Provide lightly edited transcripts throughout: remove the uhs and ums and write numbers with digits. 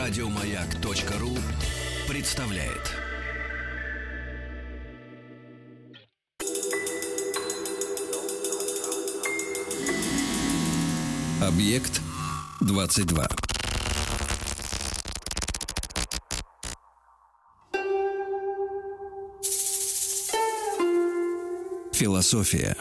Радиомаяк.ру представляет. Объект 22. Философия.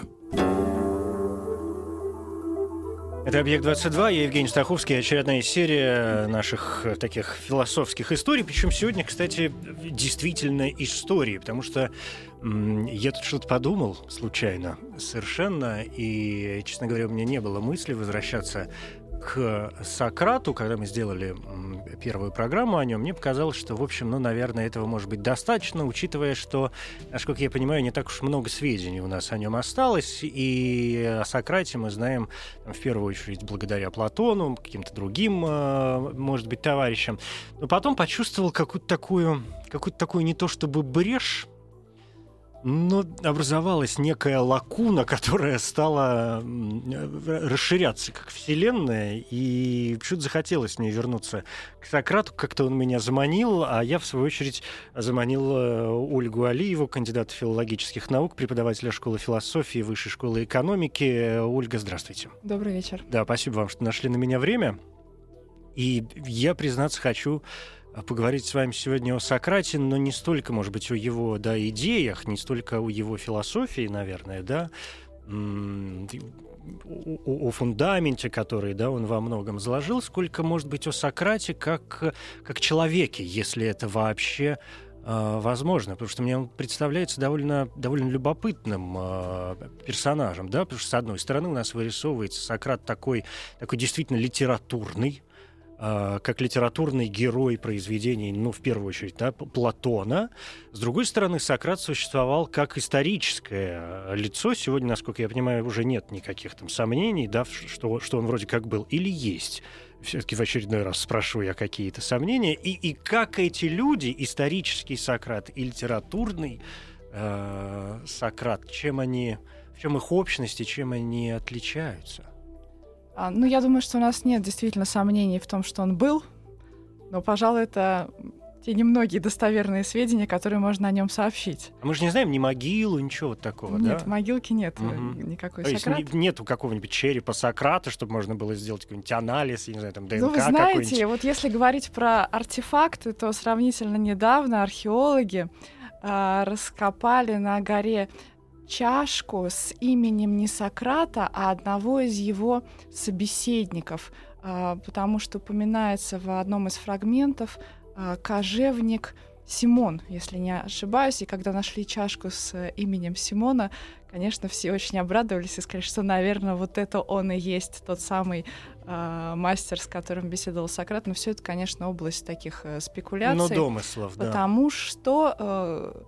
Это «Объект-22», я Евгений Стаховский, очередная серия наших таких философских историй. Причем сегодня, кстати, действительно истории, потому что я тут что-то подумал случайно совершенно, и, честно говоря, у меня не было мысли возвращаться к Сократу, когда мы сделали первую программу о нем. Мне показалось, что, в общем, наверное, этого может быть достаточно, учитывая, что, насколько я понимаю, не так уж много сведений у нас о нем осталось, и о Сократе мы знаем, в первую очередь, благодаря Платону, каким-то другим, может быть, товарищам. Но потом почувствовал какую-то такую не то чтобы брешь, но образовалась некая лакуна, которая стала расширяться как вселенная, и почему-то захотелось мне вернуться к Сократу, как-то он меня заманил, а я, в свою очередь, заманил Ольгу Алиеву, кандидата филологических наук, преподавателя школы философии, Высшей школы экономики. Ольга, здравствуйте. Добрый вечер. Да, спасибо вам, что нашли на меня время. И я, признаться, хочу поговорить с вами сегодня о Сократе, но не столько, может быть, о его идеях, не столько о его философии, наверное, о фундаменте, который он во многом заложил, сколько, может быть, о Сократе как человеке, если это вообще возможно, потому что мне он представляется довольно любопытным персонажем, потому что, с одной стороны, у нас вырисовывается Сократ такой действительно литературный, как литературный герой произведений, в первую очередь, Платона. С другой стороны, Сократ существовал как историческое лицо. Сегодня, насколько я понимаю, уже нет никаких сомнений, что он вроде как был. Или есть? Все-таки в очередной раз спрашиваю я какие-то сомнения. И как эти люди, исторический Сократ и литературный Сократ, в чем их общность и чем они отличаются? Я думаю, что у нас нет действительно сомнений в том, что он был, но, пожалуй, это те немногие достоверные сведения, которые можно о нем сообщить. Мы же не знаем ни могилу, ничего такого, Нет, могилки нет никакой Сократа. То есть нету какого-нибудь черепа Сократа, чтобы можно было сделать какой-нибудь анализ, я не знаю, ДНК вы знаете, вот если говорить про артефакты, то сравнительно недавно археологи раскопали на горе чашку с именем не Сократа, а одного из его собеседников, потому что упоминается в одном из фрагментов кожевник Симон, если не ошибаюсь. И когда нашли чашку с именем Симона, конечно, все очень обрадовались и сказали, что, наверное, вот это он и есть тот самый мастер, с которым беседовал Сократ. Но все это, конечно, область таких спекуляций. Но домыслов, потому что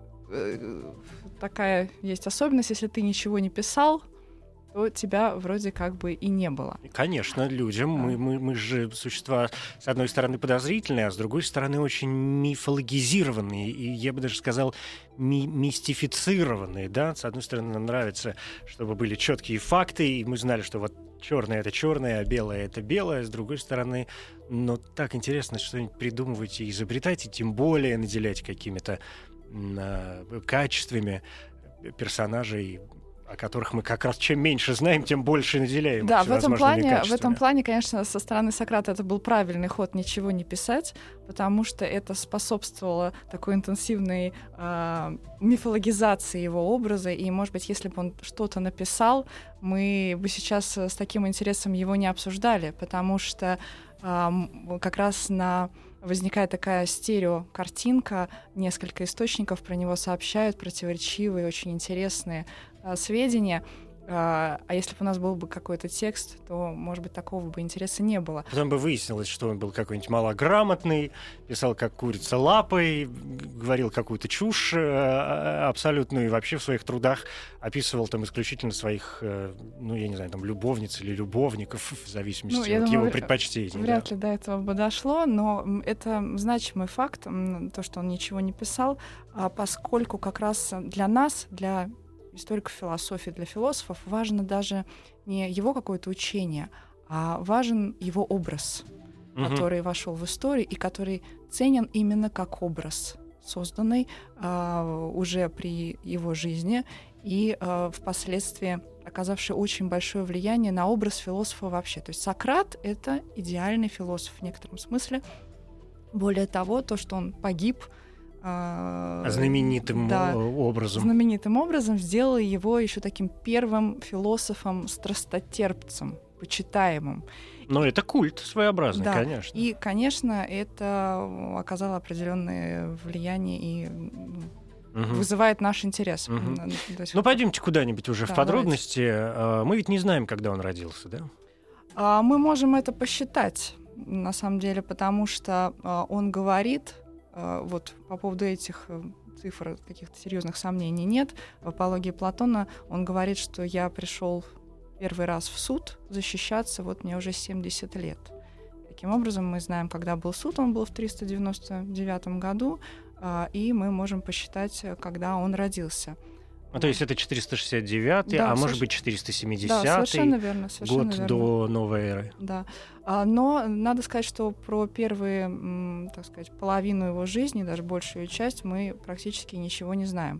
такая есть особенность, если ты ничего не писал, то тебя вроде как бы и не было. Конечно, людям. Мы же существа, с одной стороны, подозрительные, а с другой стороны, очень мифологизированные. И я бы даже сказал, мистифицированные. С одной стороны, нам нравится, чтобы были четкие факты, и мы знали, что вот черное — это черное, а белое — это белое. С другой стороны, но так интересно что-нибудь придумывать и изобретать, и тем более наделять какими-то качествами персонажей, о которых мы как раз чем меньше знаем, тем больше наделяем. Да, в этом плане, конечно, со стороны Сократа это был правильный ход — ничего не писать, потому что это способствовало такой интенсивной мифологизации его образа, и, может быть, если бы он что-то написал, мы бы сейчас с таким интересом его не обсуждали, потому что как раз возникает такая стереокартинка, несколько источников про него сообщают противоречивые, очень интересные сведения. А если бы у нас был бы какой-то текст, то, может быть, такого бы интереса не было. Потом бы выяснилось, что он был какой-нибудь малограмотный, писал как курица лапой, говорил какую-то чушь абсолютную, и вообще в своих трудах описывал исключительно своих, я не знаю, любовниц или любовников, в зависимости от его предпочтений. Вряд ли до этого бы дошло, но это значимый факт, то, что он ничего не писал, поскольку как раз для нас, для историков философии, для философов важно даже не его какое-то учение, а важен его образ. который вошел в историю и который ценен именно как образ, созданный уже при его жизни и впоследствии оказавший очень большое влияние на образ философа вообще. То есть Сократ — это идеальный философ в некотором смысле. Более того, то, что он погиб знаменитым образом, сделало его еще таким первым философом-страстотерпцем, почитаемым. Но это культ своеобразный, да. Конечно. И, конечно, это оказало определенное влияние и вызывает наш интерес. Ну, пойдемте куда-нибудь уже в подробности. Давайте. Мы ведь не знаем, когда он родился, да? Мы можем это посчитать, на самом деле, потому что он говорит, вот по поводу этих цифр каких-то серьезных сомнений нет. В апологии Платона он говорит, что я пришел первый раз в суд защищаться, вот мне уже 70 лет. Таким образом, мы знаем, когда был суд, он был в 399 году, и мы можем посчитать, когда он родился. То есть это 469-й, да, может быть 470-й, да, совершенно верно, год верно. До новой эры. Да. Но надо сказать, что про первую, так сказать, половину его жизни, даже большую часть, мы практически ничего не знаем.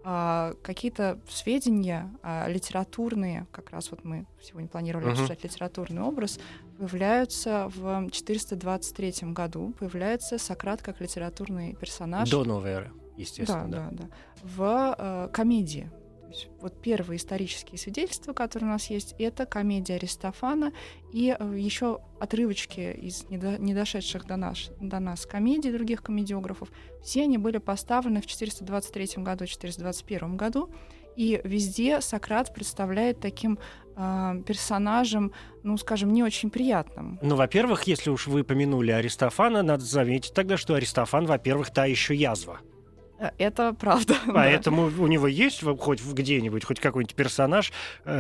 Какие-то сведения литературные, как раз вот мы сегодня планировали обсуждать литературный образ, появляются в 423 году, появляется Сократ как литературный персонаж. До новой эры, естественно. Да. В комедии. То есть вот первые исторические свидетельства, которые у нас есть, это комедия Аристофана и еще отрывочки из недошедших до нас комедий других комедиографов. Все они были поставлены в 423 году, 421 году, и везде Сократ представляет таким персонажем, ну, скажем, не очень приятным. Ну, во-первых, если уж вы помянули Аристофана, надо заметить тогда, что Аристофан, во-первых, та еще язва. Это правда. Поэтому у него есть хоть где-нибудь хоть какой-нибудь персонаж,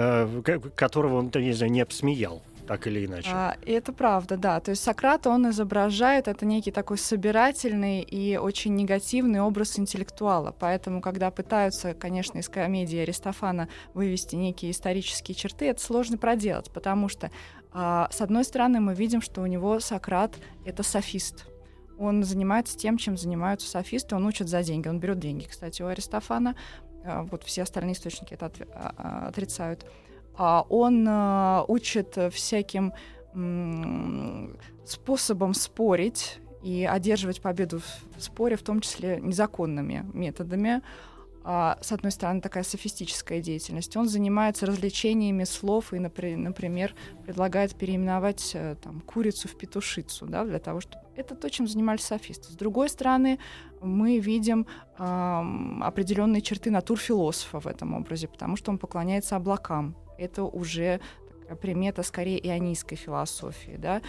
которого он, не знаю, не обсмеял, так или иначе. Это правда, да. То есть Сократа он изображает, это некий такой собирательный и очень негативный образ интеллектуала. Поэтому, когда пытаются, конечно, из комедии Аристофана вывести некие исторические черты, это сложно проделать, потому что, с одной стороны, мы видим, что у него Сократ — это софист. Он занимается тем, чем занимаются софисты, он учит за деньги. Он берет деньги, кстати, у Аристофана. Вот все остальные источники это отрицают. Он учит всяким способом спорить и одерживать победу в споре, в том числе незаконными методами. С одной стороны, такая софистическая деятельность. Он занимается развлечениями слов и, например, предлагает переименовать там, курицу в петушицу, да, для того, чтобы... Это то, чем занимались софисты. С другой стороны, мы видим определенные черты натурфилософа в этом образе, потому что он поклоняется облакам. Это уже такая примета скорее ионийской философии. Да?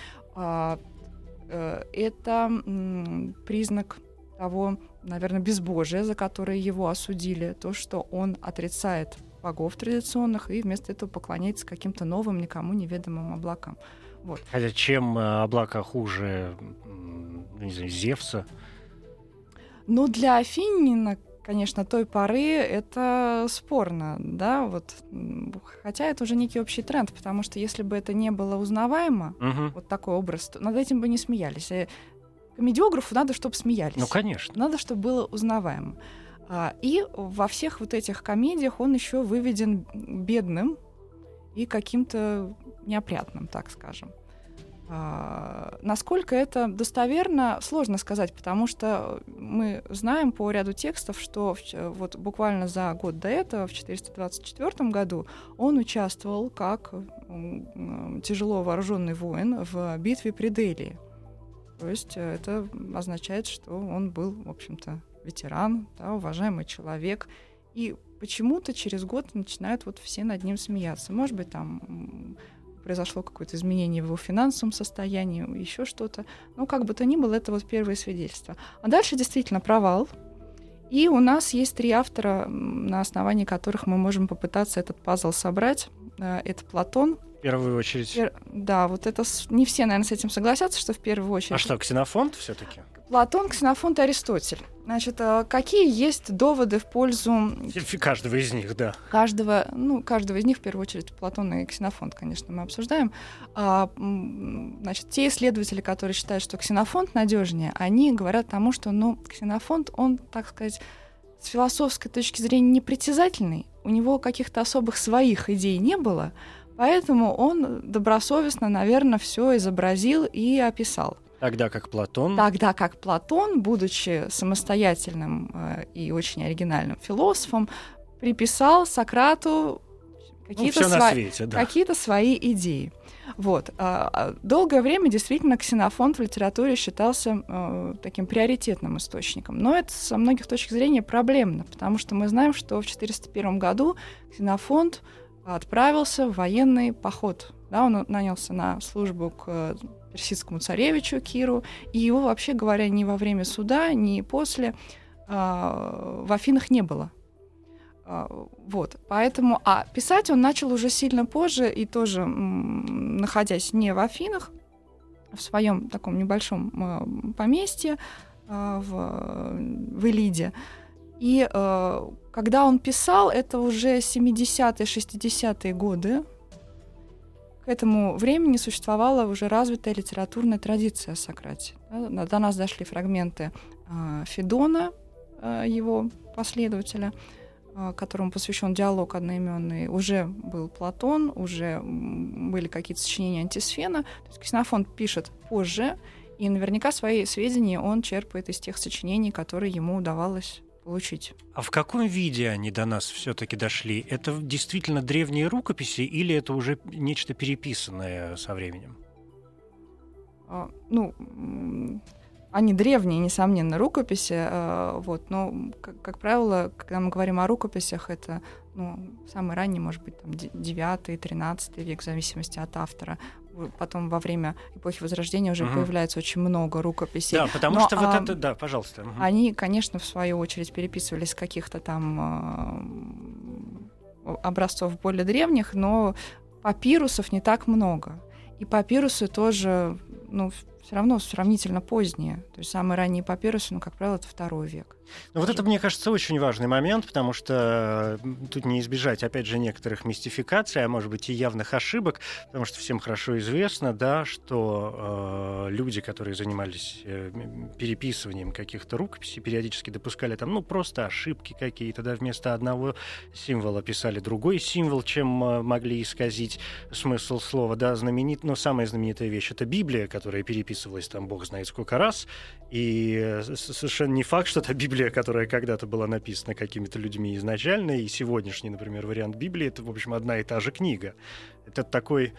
Это признак того, наверное, безбожия, за которое его осудили, то, что он отрицает богов традиционных и вместо этого поклоняется каким-то новым, никому неведомым облакам. Вот. Хотя чем облака хуже, не знаю, Зевса? Ну, для афинина, конечно, той поры это спорно, да, вот. Хотя это уже некий общий тренд, потому что если бы это не было узнаваемо, вот такой образ, то над этим бы не смеялись. Комедиографу надо, чтобы смеялись. Ну, конечно. Надо, чтобы было узнаваемо. И во всех вот этих комедиях он еще выведен бедным и каким-то неопрятным, так скажем. Насколько это достоверно, сложно сказать, потому что мы знаем по ряду текстов, что вот буквально за год до этого, в 424 году, он участвовал как тяжело вооруженный воин в битве при Делии. То есть это означает, что он был, в общем-то, ветеран, да, уважаемый человек. И почему-то через год начинают вот все над ним смеяться. Может быть, там произошло какое-то изменение в его финансовом состоянии, еще что-то. Но как бы то ни было, это вот первые свидетельства. А дальше действительно провал. И у нас есть 3 автора, на основании которых мы можем попытаться этот пазл собрать. это Платон. В первую очередь. Да, вот это не все, наверное, с этим согласятся, что в первую очередь. А что, Ксенофонт все-таки? Платон, Ксенофонт и Аристотель. Значит, какие есть доводы в пользу... Каждого из них, да. Каждого из них, в первую очередь, Платон и Ксенофонт, конечно, мы обсуждаем. Значит, те исследователи, которые считают, что Ксенофонт надежнее, они говорят тому, что, Ксенофонт, он, так сказать, с философской точки зрения непритязательный, у него каких-то особых своих идей не было, поэтому он добросовестно, наверное, все изобразил и описал. Тогда как Платон, будучи самостоятельным и очень оригинальным философом, приписал Сократу какие-то свои идеи. Вот. Долгое время действительно Ксенофонт в литературе считался таким приоритетным источником. Но это со многих точек зрения проблемно, потому что мы знаем, что в 401 году Ксенофонт отправился в военный поход. Да, он нанялся на службу к персидскому царевичу Киру, и его, вообще говоря, ни во время суда, ни после в Афинах не было. Вот, поэтому, писать он начал уже сильно позже, и тоже находясь не в Афинах, в своем таком небольшом поместье в Элиде. И когда он писал, это уже 70-е, 60-е годы. К этому времени существовала уже развитая литературная традиция о Сократе. До нас дошли фрагменты Федона, его последователя, которому посвящен диалог одноименный. Уже был Платон, уже были какие-то сочинения Антисфена. То есть Ксенофонт пишет позже, и наверняка свои сведения он черпает из тех сочинений, которые ему удавалось получить. А в каком виде они до нас все-таки дошли? Это действительно древние рукописи или это уже нечто переписанное со временем? Они древние, несомненно, рукописи, но, как правило, когда мы говорим о рукописях, это самый ранний, может быть, 9-13 век, в зависимости от автора. Потом во время эпохи Возрождения уже появляется очень много рукописей. Да, потому что вот это... Да, пожалуйста. Они, конечно, в свою очередь переписывались с каких-то там образцов более древних, но папирусов не так много. И папирусы тоже, все равно сравнительно поздние. То есть самые ранние папирусы, как правило, это 2 век. Вот это, мне кажется, очень важный момент, потому что тут не избежать, опять же, некоторых мистификаций, а может быть и явных ошибок, потому что всем хорошо известно, да, что люди, которые занимались переписыванием каких-то рукописей, периодически допускали там, просто ошибки какие-то, да, вместо одного символа писали другой символ, чем могли исказить смысл слова, да, самая знаменитая вещь — это Библия, которая переписывалась там бог знает сколько раз, и совершенно не факт, что это Библия, которая когда-то была написана какими-то людьми изначально, и сегодняшний, например, вариант Библии — это, в общем, одна и та же книга. Это такой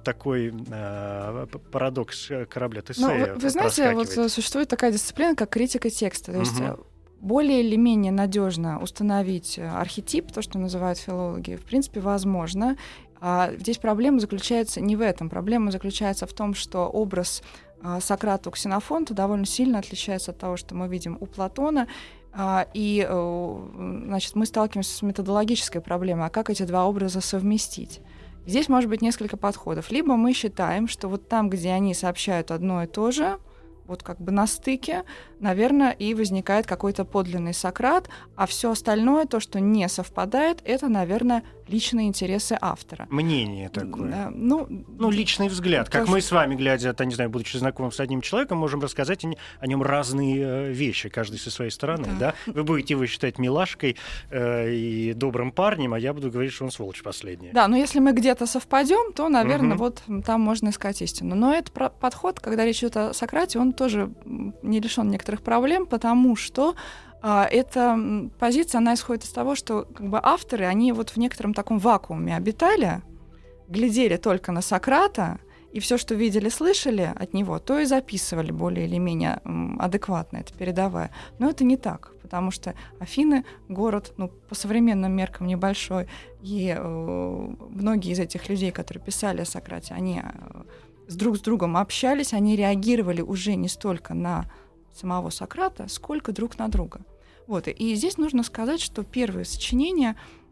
парадокс корабля Тесея. Вы знаете, вот существует такая дисциплина, как критика текста. То есть более или менее надежно установить архетип, то, что называют филологи, в принципе, возможно. Здесь проблема заключается не в этом. Проблема заключается в том, что образ Сократа у Ксенофонта довольно сильно отличается от того, что мы видим у Платона. И, значит, мы сталкиваемся с методологической проблемой, а как эти два образа совместить? Здесь может быть несколько подходов. Либо мы считаем, что вот там, где они сообщают одно и то же, вот как бы на стыке, наверное, и возникает какой-то подлинный Сократ, а все остальное, то, что не совпадает, это, наверное, личные интересы автора. Мнение такое. Личный взгляд. Как мы с вами, глядя, не знаю, будучи знакомым с одним человеком, можем рассказать о нем разные вещи, каждый со своей стороны. Да. Вы будете его считать милашкой и добрым парнем, а я буду говорить, что он сволочь последняя. Да, но если мы где-то совпадем, то, наверное, вот там можно искать истину. Но этот подход, когда речь идет о Сократе, он тоже не лишен некоторых проблем, потому что эта позиция, она исходит из того, что авторы, они вот в некотором таком вакууме обитали, глядели только на Сократа, и все, что видели, слышали от него, то и записывали более или менее адекватно, это передавая. Но это не так, потому что Афины — город, по современным меркам небольшой, и многие из этих людей, которые писали о Сократе, они друг с другом общались, они реагировали уже не столько на самого Сократа, сколько друг на друга. Вот. И здесь нужно сказать, что первые сочинения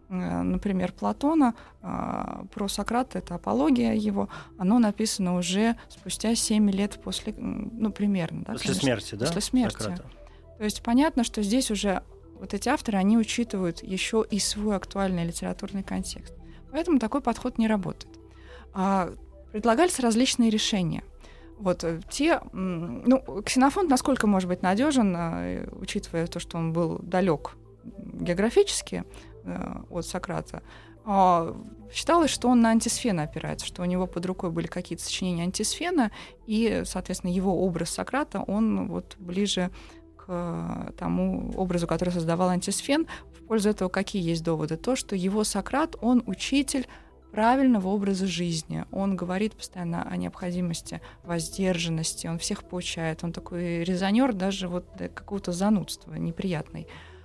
например, Платона, про Сократа, это апология его, оно написано уже спустя 7 лет после, примерно. Да, после смерти, да? После смерти. Сократа. То есть понятно, что здесь уже вот эти авторы, они учитывают еще и свой актуальный литературный контекст. Поэтому такой подход не работает. Предлагались различные решения. Вот Ксенофонт насколько может быть надежен, учитывая то, что он был далек географически от Сократа, считалось, что он на Антисфена опирается, что у него под рукой были какие-то сочинения Антисфена, и, соответственно, его образ Сократа, он вот ближе к тому образу, который создавал Антисфен. В пользу этого какие есть доводы? То, что его Сократ, он учитель правильного образа жизни. Он говорит постоянно о необходимости воздержанности, он всех поучает, он такой резонер даже вот до какого-то занудства неприятный.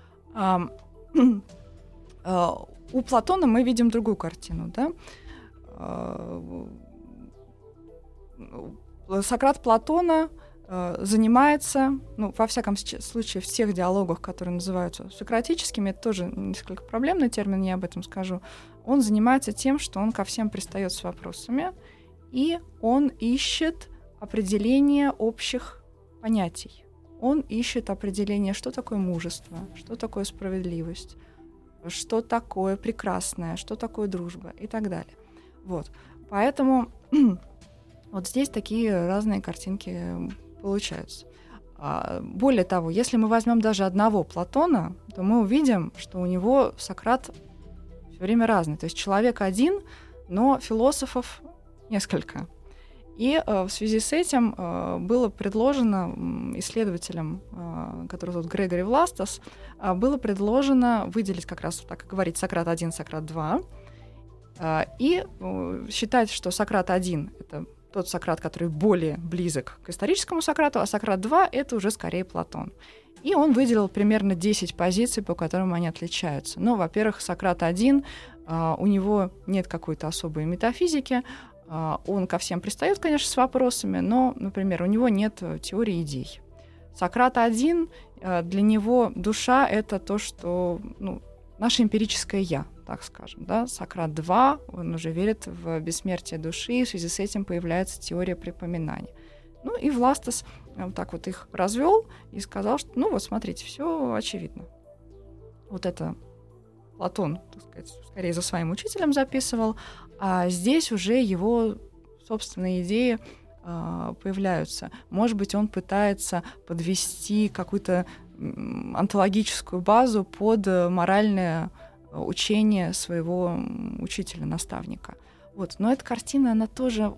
У Платона мы видим другую картину, да? Сократ Платона занимается, во всяком случае, в тех диалогах, которые называются сократическими, это тоже несколько проблемный термин, я об этом скажу, он занимается тем, что он ко всем пристает с вопросами, и он ищет определение общих понятий. Он ищет определение, что такое мужество, что такое справедливость, что такое прекрасное, что такое дружба и так далее. Вот. Поэтому вот здесь такие разные картинки получаются. Более того, если мы возьмем даже одного Платона, то мы увидим, что у него Сократ все время разный. То есть человек один, но философов несколько. И в связи с этим было предложено исследователям, который зовут Грегори Властас, было предложено выделить как раз, так как говорить, Сократ-1, Сократ-2, и считать, что Сократ-1 — это тот Сократ, который более близок к историческому Сократу, а Сократ-2 — это уже скорее Платон. И он выделил примерно 10 позиций, по которым они отличаются. Ну, во-первых, Сократ-1, у него нет какой-то особой метафизики, он ко всем пристает, конечно, с вопросами, но, например, у него нет теории идей. Сократ-1, для него душа — это то, что наше эмпирическое «я», так скажем. Да? Сократ-2, он уже верит в бессмертие души, и в связи с этим появляется теория припоминания. Ну и Властас вот так вот их развел и сказал, что, смотрите, все очевидно. Вот это Платон, так сказать, скорее за своим учителем записывал, а здесь уже его собственные идеи появляются. Может быть, он пытается подвести какую-то онтологическую базу под моральное учение своего учителя, наставника. Вот. Но эта картина, она тоже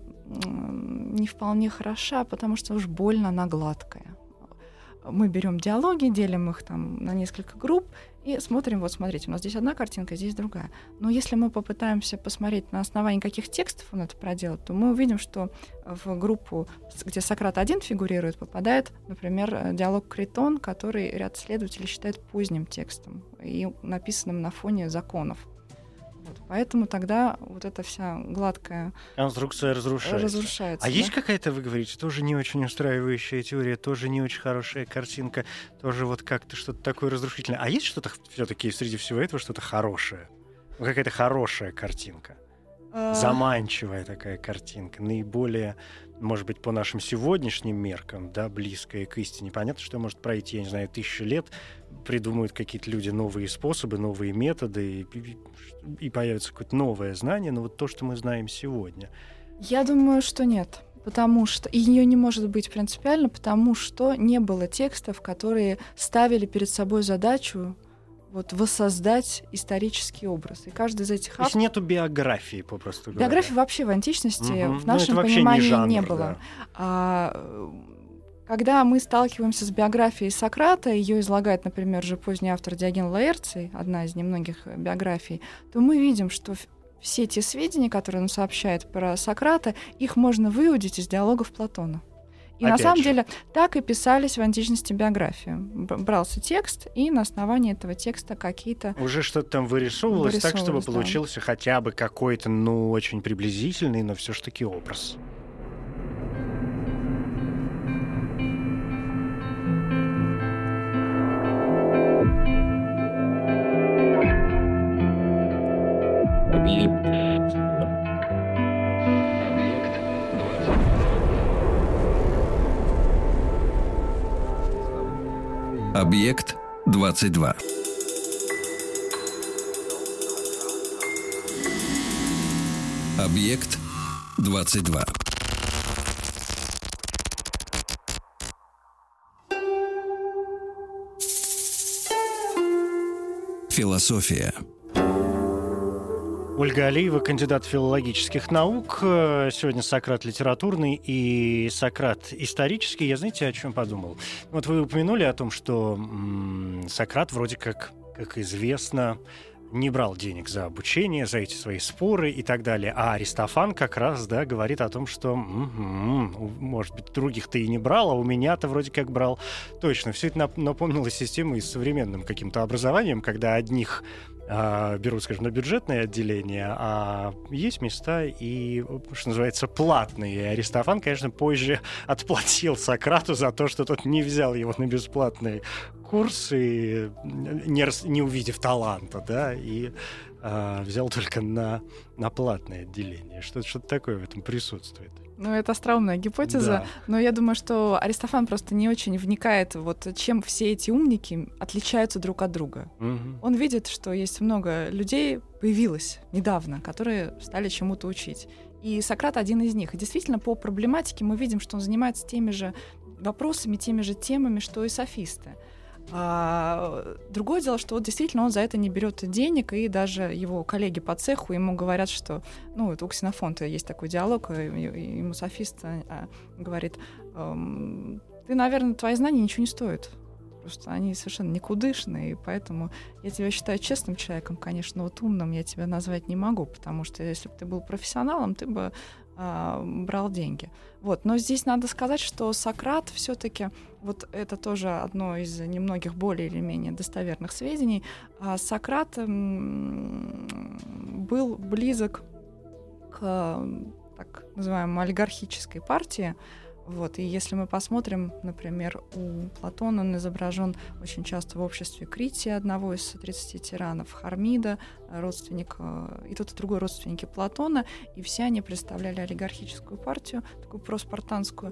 не вполне хороша, потому что уж больно она гладкая. Мы берем диалоги, делим их там на несколько групп и смотрим, вот смотрите, у нас здесь одна картинка, здесь другая. Но если мы попытаемся посмотреть, на основании каких текстов он это проделал, то мы увидим, что в группу, где Сократ-1 фигурирует, попадает, например, диалог Критон, который ряд исследователей считает поздним текстом и написанным на фоне законов. Вот, поэтому тогда вот эта вся гладкая конструкция разрушается. А есть какая-то, вы говорите, тоже не очень устраивающая теория, тоже не очень хорошая картинка, тоже вот как-то что-то такое разрушительное. А есть что-то все-таки среди всего этого что-то хорошее? Какая-то хорошая картинка? Заманчивая такая картинка, наиболее, может быть, по нашим сегодняшним меркам, да, близкая к истине. Понятно, что может пройти, я не знаю, 1000 лет, придумают какие-то люди новые способы, новые методы, и появится какое-то новое знание, но вот то, что мы знаем сегодня. Я думаю, что нет. Потому что и ее не может быть принципиально, потому что не было текстов, которые ставили перед собой задачу вот воссоздать исторический образ. И каждый из этих авторов... То есть нету биографии, попросту говоря. Биографии вообще в античности в нашем понимании не было. Да. Когда мы сталкиваемся с биографией Сократа, ее излагает, например, же поздний автор Диоген Лаэрций, одна из немногих биографий, то мы видим, что все те сведения, которые он сообщает про Сократа, их можно выудить из диалогов Платона. И на самом деле так и писались в античности биографии. Брался текст, и на основании этого текста какие-то... Уже что-то там вырисовывалось так, чтобы получился хотя бы какой-то, очень приблизительный, но все ж таки образ. Объект 22. Объект 22. Философия. Ольга Алиева, кандидат филологических наук. Сегодня Сократ литературный и Сократ исторический. Я, знаете, о чем подумал? Вот вы упомянули о том, что Сократ вроде как известно, не брал денег за обучение, за эти свои споры и так далее. А Аристофан как раз, да, говорит о том, что, может быть, других-то и не брал, а у меня-то вроде как брал. Точно, все это напомнило систему и с современным каким-то образованием, когда одних берут, скажем, на бюджетное отделение, а есть места и, что называется, платные. И Аристофан, конечно, позже отплатил Сократу за то, что тот не взял его на бесплатные курсы, не увидев таланта, да, и взял только на платное отделение. Что-то такое в этом присутствует. Ну, это остроумная гипотеза, да. Но я думаю, что Аристофан просто не очень вникает, вот чем все эти умники отличаются друг от друга. Угу. Он видит, что есть много людей, появилось недавно, которые стали чему-то учить. И Сократ один из них. И действительно, по проблематике мы видим, что он занимается теми же вопросами, теми же темами, что и софисты. Другое дело, что вот действительно он за это не берет денег, и даже его коллеги по цеху ему говорят, что, ну, это у Ксенофонта есть такой диалог, ему софист говорит: ты, наверное, твои знания ничего не стоят, просто они совершенно никудышные, и поэтому я тебя считаю честным человеком, конечно, вот умным я тебя назвать не могу, потому что если бы ты был профессионалом, ты бы брал деньги. Вот. Но здесь надо сказать, что Сократ все-таки, вот это тоже одно из немногих более или менее достоверных сведений, Сократ был близок к так называемой олигархической партии. Вот. И если мы посмотрим, например, у Платона он изображен очень часто в обществе Крития, одного из 30 тиранов, Хармида, родственник, и тот, и другой родственники Платона, и все они представляли олигархическую партию, такую проспартанскую.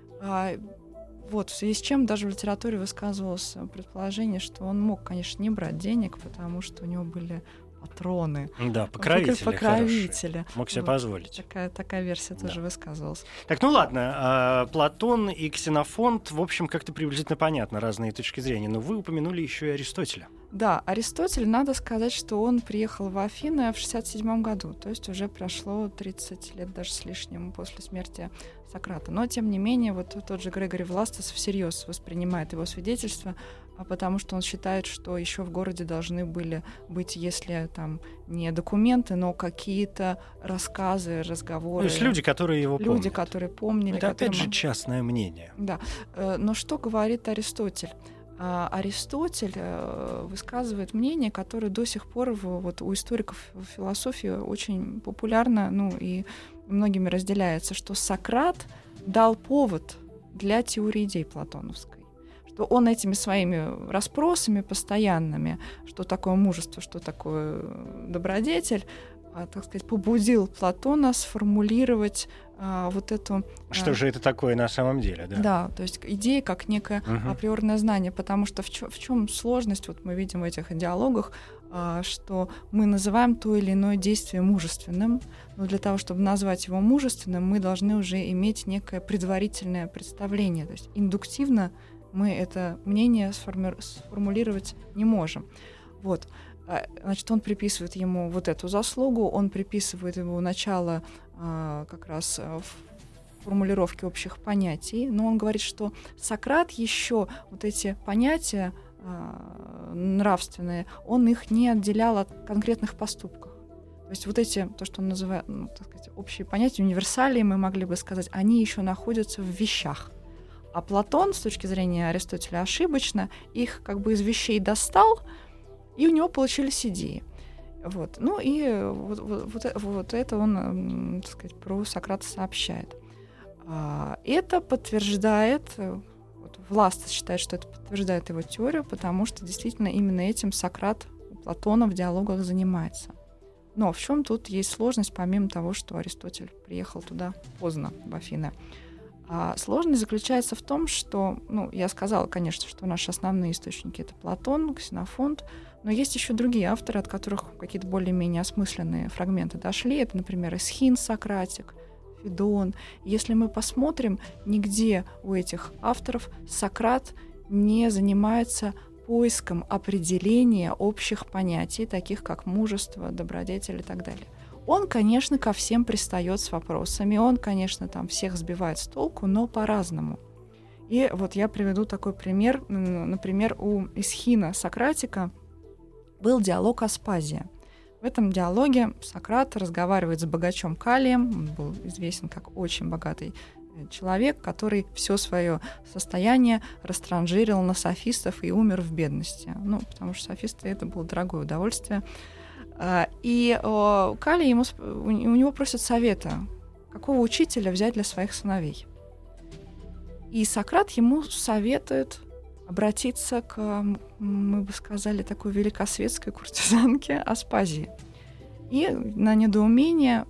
Вот, в связи с чем даже в литературе высказывалось предположение, что он мог, конечно, не брать денег, потому что у него были патроны. Да, покровители. Мог себе вот позволить. Такая версия тоже высказывалась. Так, ну ладно, Платон и Ксенофонт, в общем, как-то приблизительно понятно, разные точки зрения, но вы упомянули еще и Аристотеля. Да, Аристотель, надо сказать, что он приехал в Афины в 67 году, то есть уже прошло 30 лет даже с лишним после смерти Сократа. Но, тем не менее, вот тот же Грегори Властес всерьез воспринимает его свидетельство, потому что он считает, что еще в городе должны были быть, если там не документы, но какие-то рассказы, разговоры. То есть люди, которые его помнят. Люди, которые помнили. Это опять же частное мнение. Да. Но что говорит Аристотель? Аристотель высказывает мнение, которое до сих пор вот у историков философии очень популярно, ну и многими разделяется, что Сократ дал повод для теории идей платоновской. Что он этими своими расспросами постоянными, что такое мужество, что такое добродетель, так сказать, побудил Платона сформулировать вот эту... Что же это такое на самом деле, да? Да, то есть идея как некое априорное знание, потому что в чем сложность, вот мы видим в этих диалогах, что мы называем то или иное действие мужественным, но для того, чтобы назвать его мужественным, мы должны уже иметь некое предварительное представление, то есть индуктивно мы это мнение сформулировать не можем. Вот. Значит, он приписывает ему вот эту заслугу, он приписывает ему начало как раз в формулировке общих понятий, но он говорит, что Сократ еще вот эти понятия нравственные, он их не отделял от конкретных поступков. То есть вот эти, то, что он называет, ну, так сказать, общие понятия, универсалии, мы могли бы сказать, они еще находятся в вещах. А Платон, с точки зрения Аристотеля, ошибочно их как бы из вещей достал, и у него получились идеи. Вот. Ну и вот это он, так сказать, про Сократа сообщает. Это подтверждает, вот Властес считает, что это подтверждает его теорию, потому что действительно именно этим Сократ у Платона в диалогах занимается. Но в чем тут есть сложность, помимо того, что Аристотель приехал туда поздно, в Афины? А сложность заключается в том, что, я сказала, конечно, что наши основные источники — это Платон, Ксенофонт, но есть еще другие авторы, от которых какие-то более-менее осмысленные фрагменты дошли. Это, например, Эсхин, Сократик, Федон. Если мы посмотрим, нигде у этих авторов Сократ не занимается поиском определения общих понятий, таких как мужество, добродетель и так далее. Он, конечно, ко всем пристает с вопросами, он, конечно, там всех сбивает с толку, но по-разному. И вот я приведу такой пример. Например, у Эсхина, Сократика был диалог Аспазия. В этом диалоге Сократ разговаривает с богачом Калием. Он был известен как очень богатый человек, который все свое состояние растранжирил на софистов и умер в бедности. Потому что софисты — это было дорогое удовольствие. И Калий у него просят совета, какого учителя взять для своих сыновей. И Сократ ему советует обратиться к, мы бы сказали, такой великосветской куртизанке Аспазии. И на недоумение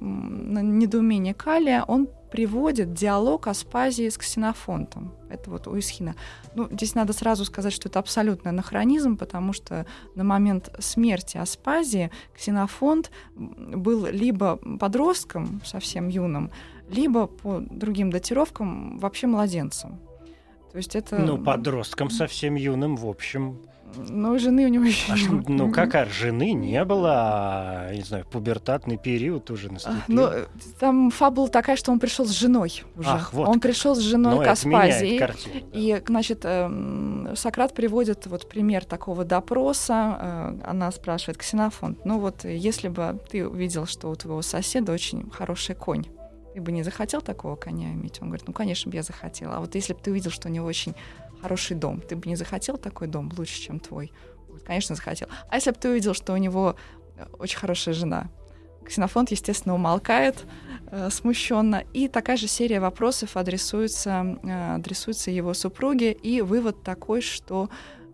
Калия он приводит диалог Аспазии с Ксенофонтом. Это вот у Эсхина. Здесь надо сразу сказать, что это абсолютный анахронизм, потому что на момент смерти Аспазии Ксенофонт был либо подростком, совсем юным, либо по другим датировкам вообще младенцем. То есть это... подростком совсем юным, в общем... жены у него еще... Жены не было, не знаю, пубертатный период уже наступил. Там фабула такая, что он пришел с женой уже. Он пришел с женой к Аспазии. Картину, да. И, значит, Сократ приводит пример такого допроса. Она спрашивает: Ксенофонт, если бы ты увидел, что у твоего соседа очень хороший конь, ты бы не захотел такого коня иметь? Он говорит: конечно бы я захотел. А вот если бы ты увидел, что у него очень хороший дом, ты бы не захотел такой дом лучше, чем твой? Конечно, захотел. А если бы ты увидел, что у него очень хорошая жена? Ксенофонт, естественно, умолкает смущенно. И такая же серия вопросов адресуется его супруге. И вывод такой, что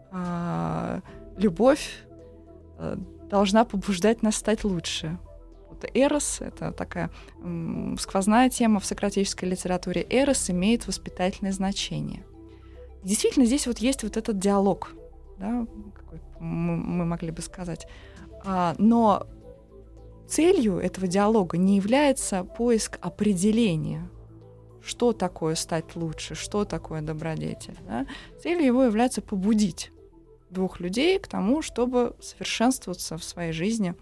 любовь должна побуждать нас стать лучше. Эрос — это такая сквозная тема в сократической литературе. Эрос имеет воспитательное значение. Действительно, здесь есть этот диалог, да, какой мы могли бы сказать. Но целью этого диалога не является поиск определения, что такое стать лучше, что такое добродетель. Да? Целью его является побудить двух людей к тому, чтобы совершенствоваться в своей жизни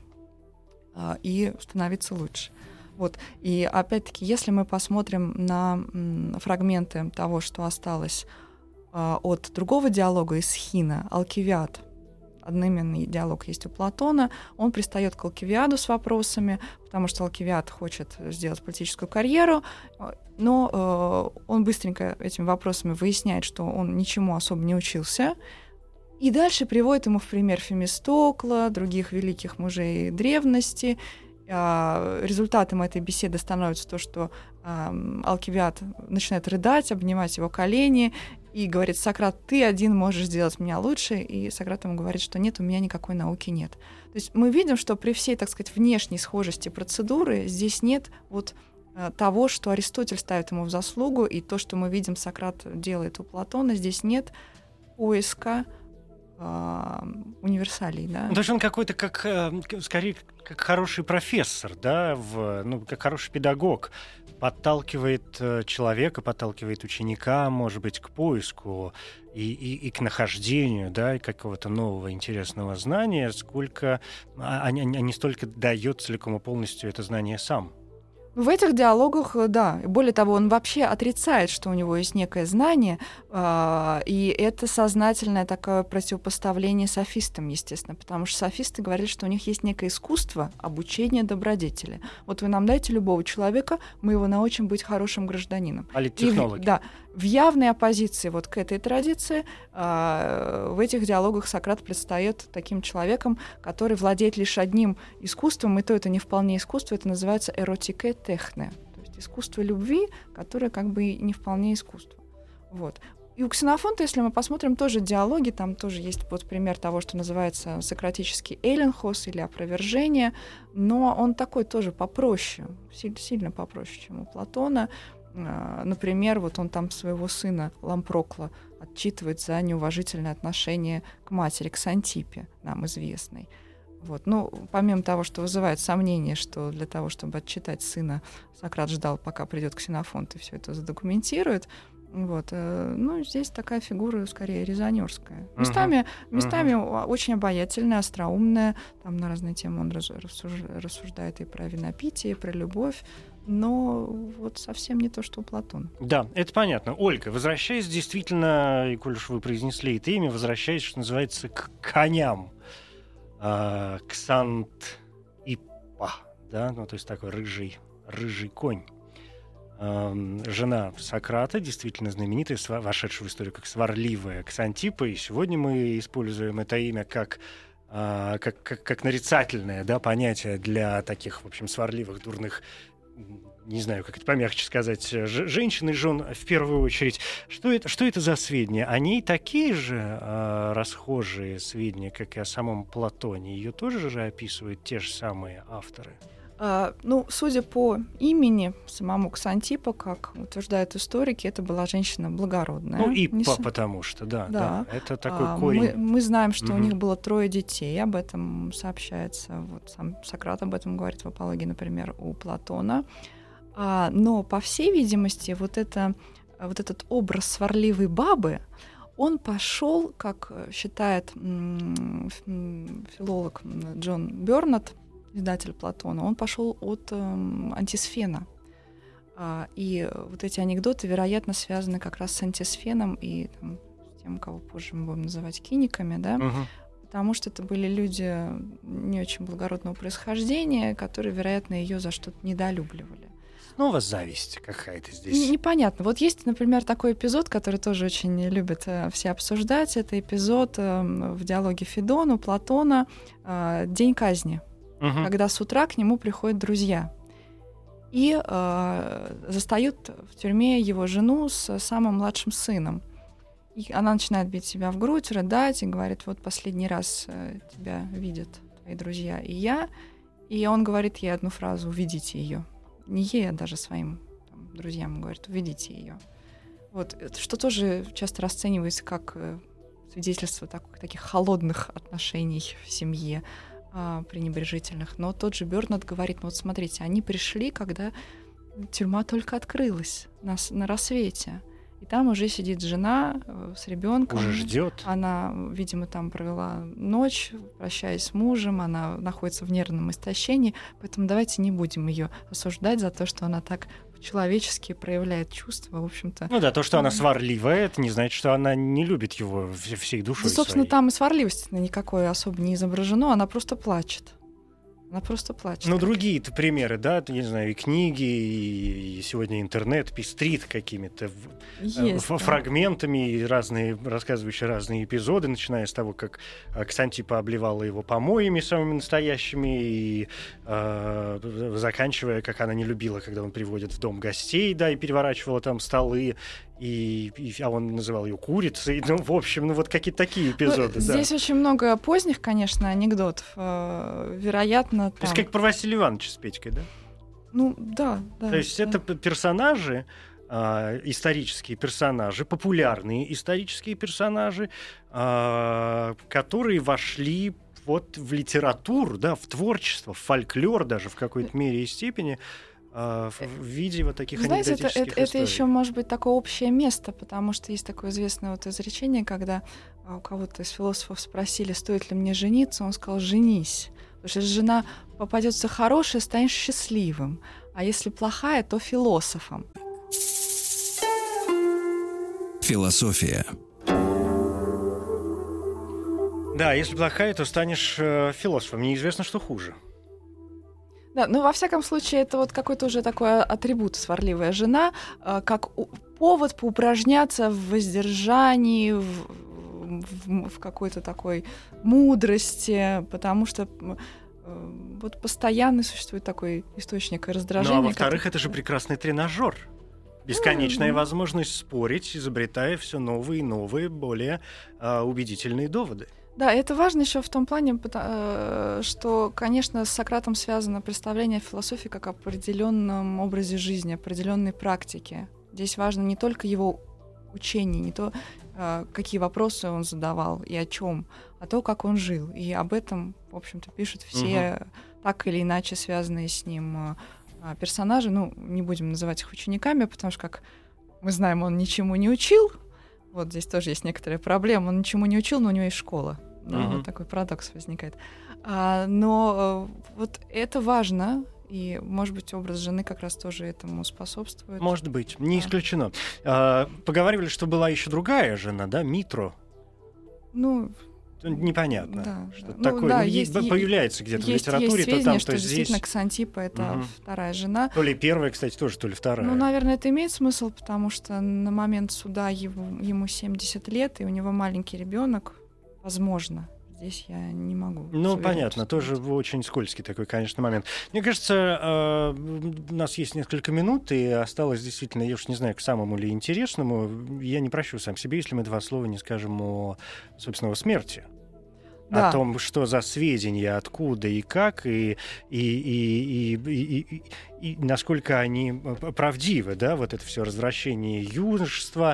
и становиться лучше. И опять-таки, если мы посмотрим на фрагменты того, что осталось от другого диалога Эсхина, Алкивиад, одноименный диалог есть у Платона, он пристает к Алкивиаду с вопросами, потому что Алкивиад хочет сделать политическую карьеру, но он быстренько этими вопросами выясняет, что он ничему особо не учился, и дальше приводит ему в пример Фемистокла, других великих мужей древности. Результатом этой беседы становится то, что Алкивиад начинает рыдать, обнимать его колени и говорит: Сократ, ты один можешь сделать меня лучше. И Сократ ему говорит, что нет, у меня никакой науки нет. То есть мы видим, что при всей, так сказать, внешней схожести процедуры здесь нет того, что Аристотель ставит ему в заслугу, и то, что мы видим, Сократ делает у Платона, здесь нет поиска универсалей, да. То есть он какой-то скорее как хороший профессор, да, как хороший педагог, подталкивает человека, подталкивает ученика, может быть, к поиску и к нахождению, да, и какого-то нового интересного знания, а не столько дает целиком и полностью это знание сам. В этих диалогах, да. Более того, он вообще отрицает, что у него есть некое знание, и это сознательное такое противопоставление софистам, естественно, потому что софисты говорили, что у них есть некое искусство обучения добродетели. Вы нам дайте любого человека, мы его научим быть хорошим гражданином. Политтехнологи. Да. В явной оппозиции к этой традиции в этих диалогах Сократ предстает таким человеком, который владеет лишь одним искусством, и то это не вполне искусство, это называется эротике техне, то есть искусство любви, которое не вполне искусство. И у Ксенофонта, если мы посмотрим, тоже диалоги, там тоже есть пример того, что называется сократический эленхос или опровержение, но он такой тоже попроще, сильно попроще, чем у Платона. Например, вот он там своего сына Лампрокла отчитывает за неуважительное отношение к матери, к Ксантиппе, нам известной. Вот. Ну, помимо того, что вызывает сомнение, что для того, чтобы отчитать сына, Сократ ждал, пока придет Ксенофонт и все это задокументирует. Вот. Ну, здесь такая фигура скорее резонерская. Местами очень обаятельная, остроумная. Там на разные темы он рассуждает и про винопитие, и про любовь. Но вот совсем не то, что у Платона. Да, это понятно. Ольга, возвращаясь действительно, и коль уж вы произнесли это имя, возвращаясь, что называется, к коням. Ксантиппа, да, ну то есть такой рыжий конь. Жена Сократа, действительно знаменитая, вошедшая в историю как сварливая Ксантиппа, и сегодня мы используем это имя как нарицательное, да, понятие для таких, в общем, сварливых, дурных, не знаю, как это помягче сказать, женщин и жен в первую очередь. Что это за сведения? Они такие же расхожие сведения, как и о самом Платоне? Ее тоже же описывают те же самые авторы? Ну, судя по имени самому Ксантиппа, как утверждают историки, это была женщина благородная. Ну, потому что, да, это такой корень. Мы знаем, что у них было 3 детей, об этом сообщается. Вот сам Сократ об этом говорит в «Апологии», например, у Платона. Но, по всей видимости, вот этот образ сварливой бабы, он пошел, как считает филолог Джон Бёрнетт, издатель Платона, он пошел от Антисфена. И вот эти анекдоты, вероятно, связаны как раз с Антисфеном и там, с тем, кого позже мы будем называть киниками, да? Потому что это были люди не очень благородного происхождения, которые, вероятно, ее за что-то недолюбливали. Снова зависть какая-то здесь. Непонятно. Вот есть, например, такой эпизод, который тоже очень любят все обсуждать. Это эпизод в диалоге Федон у Платона «День казни», когда с утра к нему приходят друзья и застают в тюрьме его жену с самым младшим сыном. И она начинает бить себя в грудь, рыдать и говорит: вот последний раз тебя видят твои друзья и я. И он говорит ей одну фразу: уведите ее. Не ей, а даже своим друзьям говорит: уведите ее. Вот, что тоже часто расценивается как свидетельство таких холодных отношений в семье, пренебрежительных. Но тот же Бёрнетт говорит: ну вот смотрите, они пришли, когда тюрьма только открылась на рассвете. И там уже сидит жена с ребенком. Уже ждет. Она, видимо, там провела ночь, прощаясь с мужем. Она находится в нервном истощении. Поэтому давайте не будем ее осуждать за то, что она так по-человечески проявляет чувства. В общем-то. Ну да, то, что она сварливая, это не значит, что она не любит его всей душой. Да, собственно, своей. Там и сварливости никакой особо не изображено. Она просто плачет. Она просто плачет. Ну, другие-то примеры, да, я не знаю, и книги, и сегодня интернет пестрит какими-то фрагментами, и рассказывающие разные эпизоды, начиная с того, как Ксантиппа обливала его помоями самыми настоящими, и заканчивая, как она не любила, когда он приводит в дом гостей, да, и переворачивала там столы, а он называл ее курицей. Ну, в общем, вот какие-то такие эпизоды. Ну, здесь очень много поздних, конечно, анекдотов. Вероятно, То есть как про Василия Ивановича с Петькой, да? Ну, да. То есть это персонажи, исторические персонажи, популярные исторические персонажи, которые вошли вот в литературу, да, в творчество, в фольклор даже в какой-то мере и степени, в виде вот таких анекдотических историй. Это еще может быть такое общее место, потому что есть такое известное вот изречение, когда у кого-то из философов спросили, стоит ли мне жениться, он сказал: женись. Потому что если жена попадется хорошая, станешь счастливым, а если плохая, то философом. Философия. Да, если плохая, то станешь философом. Неизвестно, что хуже. Да, ну, во всяком случае, это вот какой-то уже такой атрибут сварливая жена, как повод поупражняться в воздержании, в какой-то такой мудрости, потому что вот постоянно существует такой источник раздражения. Ну, а во-вторых, это же прекрасный тренажер. Бесконечная возможность спорить, изобретая все новые и новые, более убедительные доводы. Да, это важно еще в том плане, что, конечно, с Сократом связано представление о философии как о определенном образе жизни, определенной практике. Здесь важно не только его учение, не то, какие вопросы он задавал и о чем, а то, как он жил. И об этом, в общем-то, пишут все так или иначе связанные с ним персонажи. Ну, не будем называть их учениками, потому что, как мы знаем, он ничему не учил. Вот здесь тоже есть некоторая проблема. Он ничему не учил, но у него есть школа. Вот такой парадокс возникает. Но вот это важно. И, может быть, образ жены как раз тоже этому способствует. Может быть, не исключено. Поговаривали, что была еще другая жена, да, Митро. Ну, непонятно, да, что да. такое. Да, появляется где-то в литературе, есть сведения, то там, что то здесь. Действительно, Ксантиппа — это вторая жена. То ли первая, кстати, тоже, то ли вторая. Ну, наверное, это имеет смысл, потому что на момент суда ему 70 лет, и у него маленький ребенок, возможно. Здесь я не могу. Ну, понятно, тоже очень скользкий такой, конечно, момент. Мне кажется, у нас есть несколько минут, и осталось действительно, я уж не знаю, к самому ли интересному. Я не прощу сам себе, если мы два слова не скажем о, собственно, о смерти. Да. О том, что за сведения, откуда и как, и насколько они правдивы, да, вот это все развращение юношества,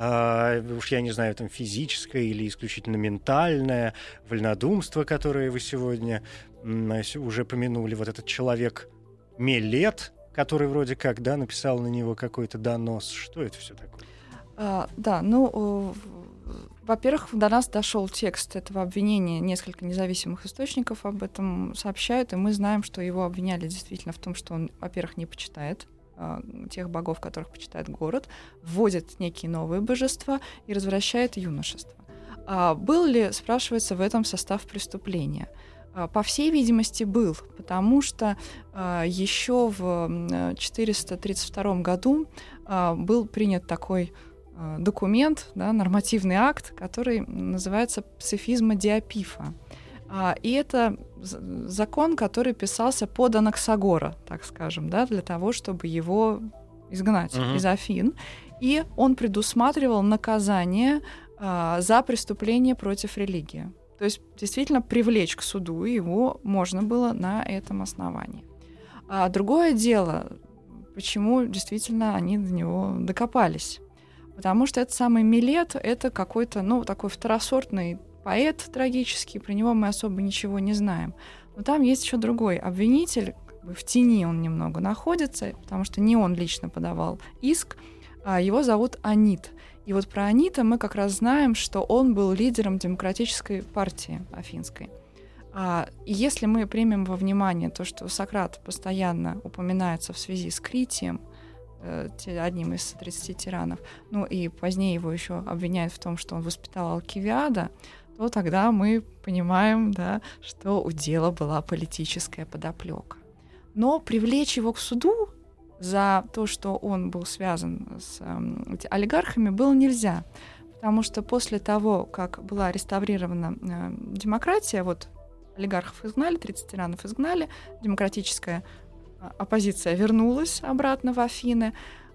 уж я не знаю, там физическое или исключительно ментальное, вольнодумство, которое вы сегодня уже помянули, вот этот человек Мелет, который вроде как, да, написал на него какой-то донос. Что это все такое? Да, ну... Во-первых, до нас дошел текст этого обвинения, несколько независимых источников об этом сообщают, и мы знаем, что его обвиняли действительно в том, что он, во-первых, не почитает тех богов, которых почитает город, вводит некие новые божества и развращает юношество. Был ли, спрашивается, в этом состав преступления? По всей видимости, был, потому что еще в 432 году был принят такой документ, да, нормативный акт, который называется «Псифизма Диопифа». И это закон, который писался под Анаксагора, так скажем, да, для того, чтобы его изгнать из Афин. И он предусматривал наказание за преступление против религии. То есть действительно привлечь к суду его можно было на этом основании. Другое дело, почему действительно они до него докопались. Потому что этот самый Мелет — это какой-то, ну, такой второсортный поэт трагический, про него мы особо ничего не знаем. Но там есть еще другой обвинитель, как бы в тени он немного находится, потому что не он лично подавал иск, а его зовут Анит. И вот про Анита мы как раз знаем, что он был лидером демократической партии афинской. И если мы примем во внимание то, что Сократ постоянно упоминается в связи с Критием, одним из 30 тиранов, ну и позднее его еще обвиняют в том, что он воспитал Алкивиада, то тогда мы понимаем, да, что у дела была политическая подоплека. Но привлечь его к суду за то, что он был связан с олигархами, было нельзя, потому что после того, как была реставрирована демократия, вот олигархов изгнали, 30 тиранов изгнали, демократическая оппозиция вернулась обратно в Афины,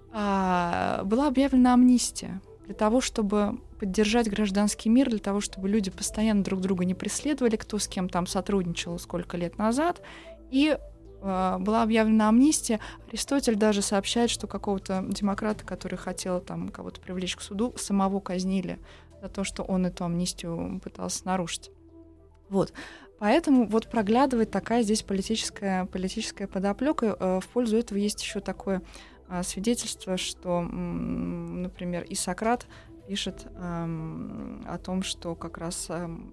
была объявлена амнистия для того, чтобы поддержать гражданский мир, для того, чтобы люди постоянно друг друга не преследовали, кто с кем там сотрудничал сколько лет назад. И была объявлена амнистия. Аристотель даже сообщает, что какого-то демократа, который хотел там кого-то привлечь к суду, самого казнили за то, что он эту амнистию пытался нарушить. Вот. Поэтому вот проглядывает такая здесь политическая подоплека. В пользу этого есть еще такое свидетельство, что, например, и Сократ пишет о том, что как раз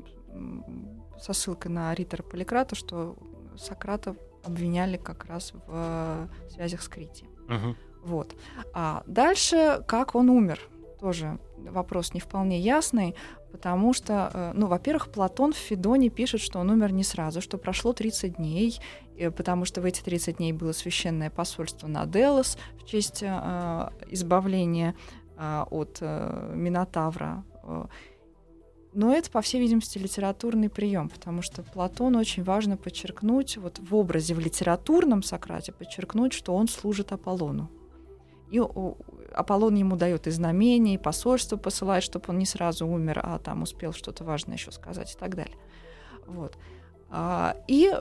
со ссылкой на ритора Поликрата, что Сократа обвиняли как раз в связях с Критием. Вот. А дальше, как он умер, тоже вопрос не вполне ясный, потому что, ну, во-первых, Платон в Федоне пишет, что он умер не сразу, что прошло 30 дней, потому что в эти 30 дней было священное посольство на Делос в честь избавления от Минотавра. Но это, по всей видимости, литературный прием, потому что Платону очень важно подчеркнуть, вот в образе в литературном Сократе, подчеркнуть, что он служит Аполлону. И Аполлон ему дает и знамения, и посольство посылает, чтобы он не сразу умер, а там успел что-то важное еще сказать и так далее. Вот. И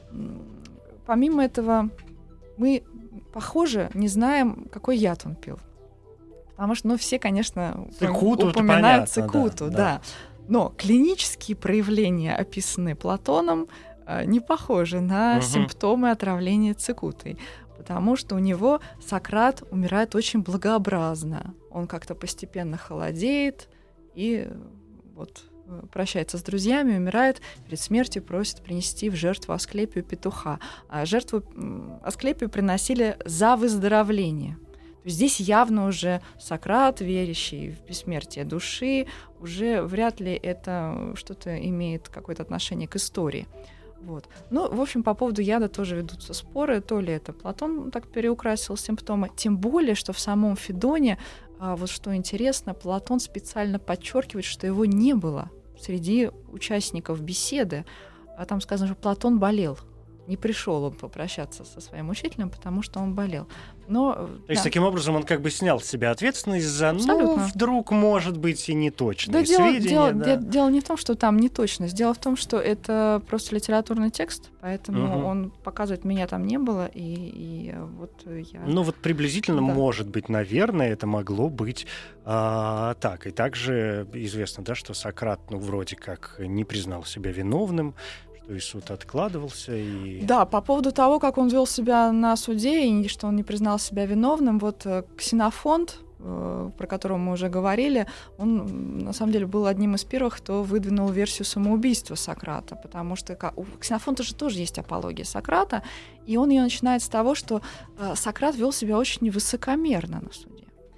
помимо этого мы, похоже, не знаем, какой яд он пил. Потому что, все, конечно, упоминают цикуту, да. Но клинические проявления, описанные Платоном, не похожи на симптомы отравления цикутой, потому что у него Сократ умирает очень благообразно. Он как-то постепенно холодеет и прощается с друзьями, умирает, перед смертью просит принести в жертву Асклепию петуха. А жертву Асклепию приносили за выздоровление. То есть здесь явно уже Сократ, верящий в бессмертие души, уже вряд ли это что-то имеет какое-то отношение к истории. Вот. В общем, по поводу яда тоже ведутся споры, то ли это Платон так переукрасил симптомы, тем более, что в самом Федоне, что интересно, Платон специально подчеркивает, что его не было среди участников беседы. Там сказано, что Платон болел. Не пришел он попрощаться со своим учителем, потому что он болел. То есть, таким образом, он как бы снял с себя ответственность за, вдруг, может быть, и неточные сведения. Дело не в том, что там неточность. Дело в том, что это просто литературный текст, поэтому он показывает, меня там не было, и я... Приблизительно, может быть, наверное, это могло быть так. И также известно, да, что Сократ, вроде как не признал себя виновным, что и суд откладывался. Да, по поводу того, как он вел себя на суде, и что он не признал себя виновным, Ксенофонт, про которого мы уже говорили, он, на самом деле, был одним из первых, кто выдвинул версию самоубийства Сократа, потому что у Ксенофонта же тоже есть апология Сократа, и он ее начинает с того, что Сократ вел себя очень высокомерно на суде.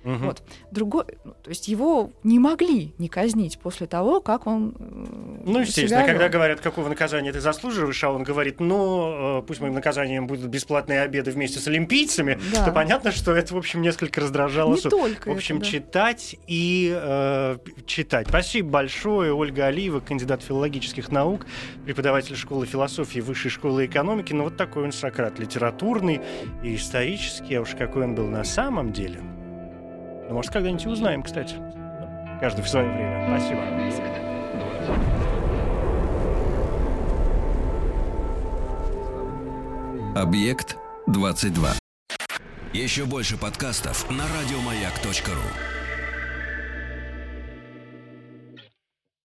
То есть его не могли не казнить после того, как он естественно, когда говорят, какого наказания ты заслуживаешь, а он говорит, пусть моим наказанием будут бесплатные обеды вместе с олимпийцами, то понятно, что это, в общем, несколько раздражало суд. В общем, читать и читать. Спасибо большое. Ольга Алиева, кандидат филологических наук, преподаватель школы философии Высшей школы экономики. Такой он Сократ, литературный и исторический, а уж какой он был на самом деле. Может, когда-нибудь узнаем, кстати. Каждый в свое время. Спасибо. Объект 22. Еще больше подкастов на радиомаяк.ру.